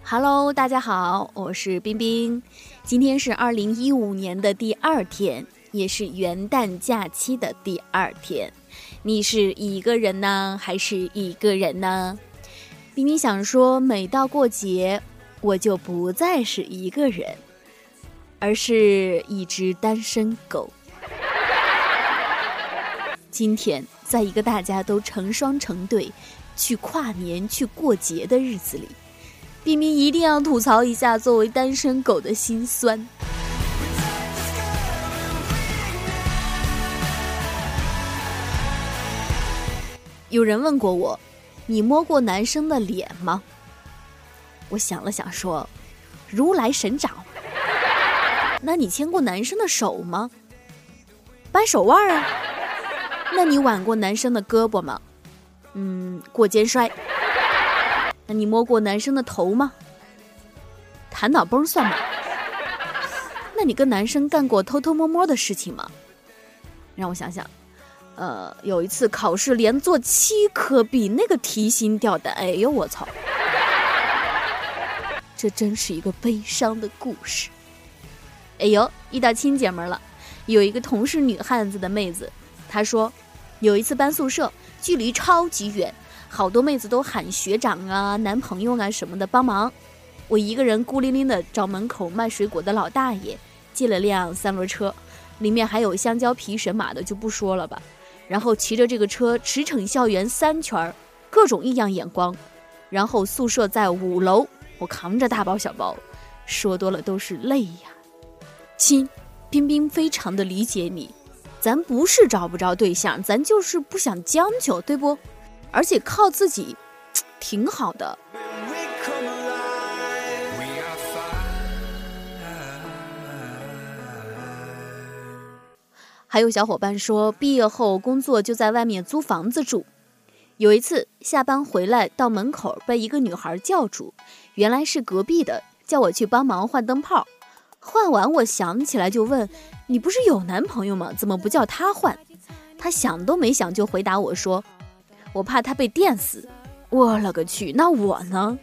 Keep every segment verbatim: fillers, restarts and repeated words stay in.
Hello， 大家好，我是冰冰。今天是二零一五年的第二天，也是元旦假期的第二天。你是一个人呢，还是一个人呢？冰冰想说，每到过节，我就不再是一个人，而是一只单身狗。今天，在一个大家都成双成对去跨年、去过节的日子里，冰冰一定要吐槽一下作为单身狗的心酸。有人问过我，你摸过男生的脸吗？我想了想说，如来神掌。那你牵过男生的手吗？掰手腕啊。那你挽过男生的胳膊吗？嗯，过肩摔。那你摸过男生的头吗？弹脑崩算吗？那你跟男生干过偷偷摸摸的事情吗？让我想想，呃，有一次考试连做七科比那个提心吊胆，哎呦我操！这真是一个悲伤的故事。哎呦，遇到亲姐们了，有一个同是女汉子的妹子，她说有一次搬宿舍，距离超级远，好多妹子都喊学长啊、男朋友啊什么的帮忙。我一个人孤零零的找门口卖水果的老大爷，借了辆三轮车，里面还有香蕉皮神马的就不说了吧。然后骑着这个车驰骋校园三圈，各种异样眼光。然后宿舍在五楼，我扛着大包小包，说多了都是泪呀。亲，冰冰非常的理解你，咱不是找不着对象，咱就是不想将就，对不？而且靠自己挺好的。还有小伙伴说，毕业后工作就在外面租房子住。有一次下班回来，到门口被一个女孩叫住，原来是隔壁的，叫我去帮忙换灯泡。换完我想起来就问，你不是有男朋友吗？怎么不叫他换？他想都没想就回答我说，我怕他被电死。我了个去，那我呢？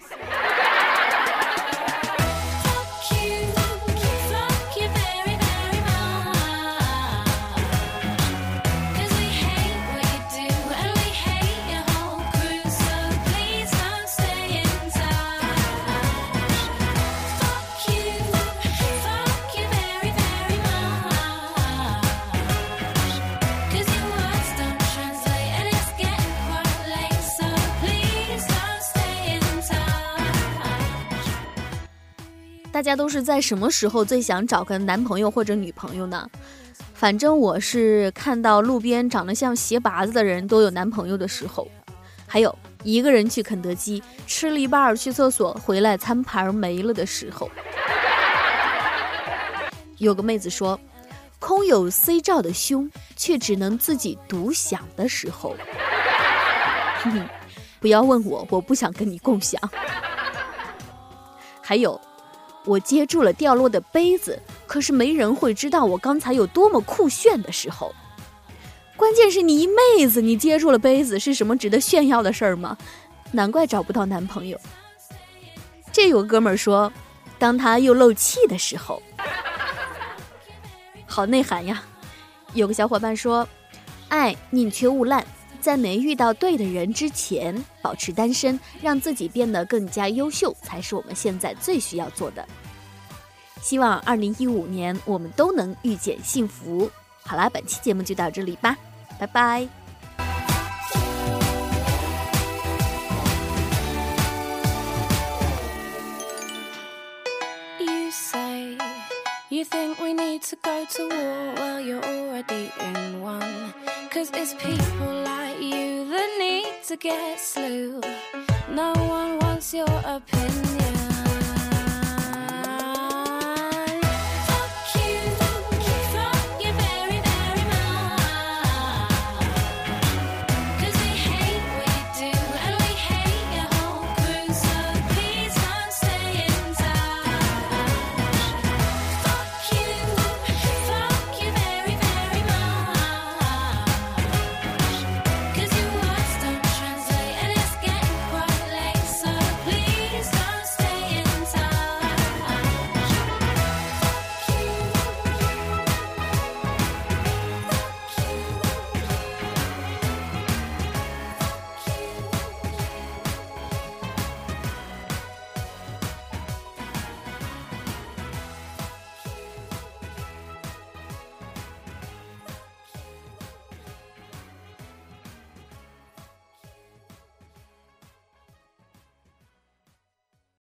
大家都是在什么时候最想找个男朋友或者女朋友呢？反正我是看到路边长得像鞋拔子的人都有男朋友的时候，还有一个人去肯德基吃了一半去厕所回来餐盘没了的时候。有个妹子说，空有 C 照的胸却只能自己独享的时候。不要问我，我不想跟你共享。还有，我接住了掉落的杯子，可是没人会知道我刚才有多么酷炫的时候。关键是你一妹子，你接住了杯子，是什么值得炫耀的事儿吗？难怪找不到男朋友。这有个哥们儿说，当他又漏气的时候。好内涵呀。有个小伙伴说，爱宁缺毋滥，在没遇到对的人之前保持单身，让自己变得更加优秀，才是我们现在最需要做的。希望二零一五年我们都能遇见幸福。好啦，本期节目就到这里吧，拜拜。 You think we need to go to war? Well, you're already in one. Cause it's people like you that need to get slew. No one wants your opinion.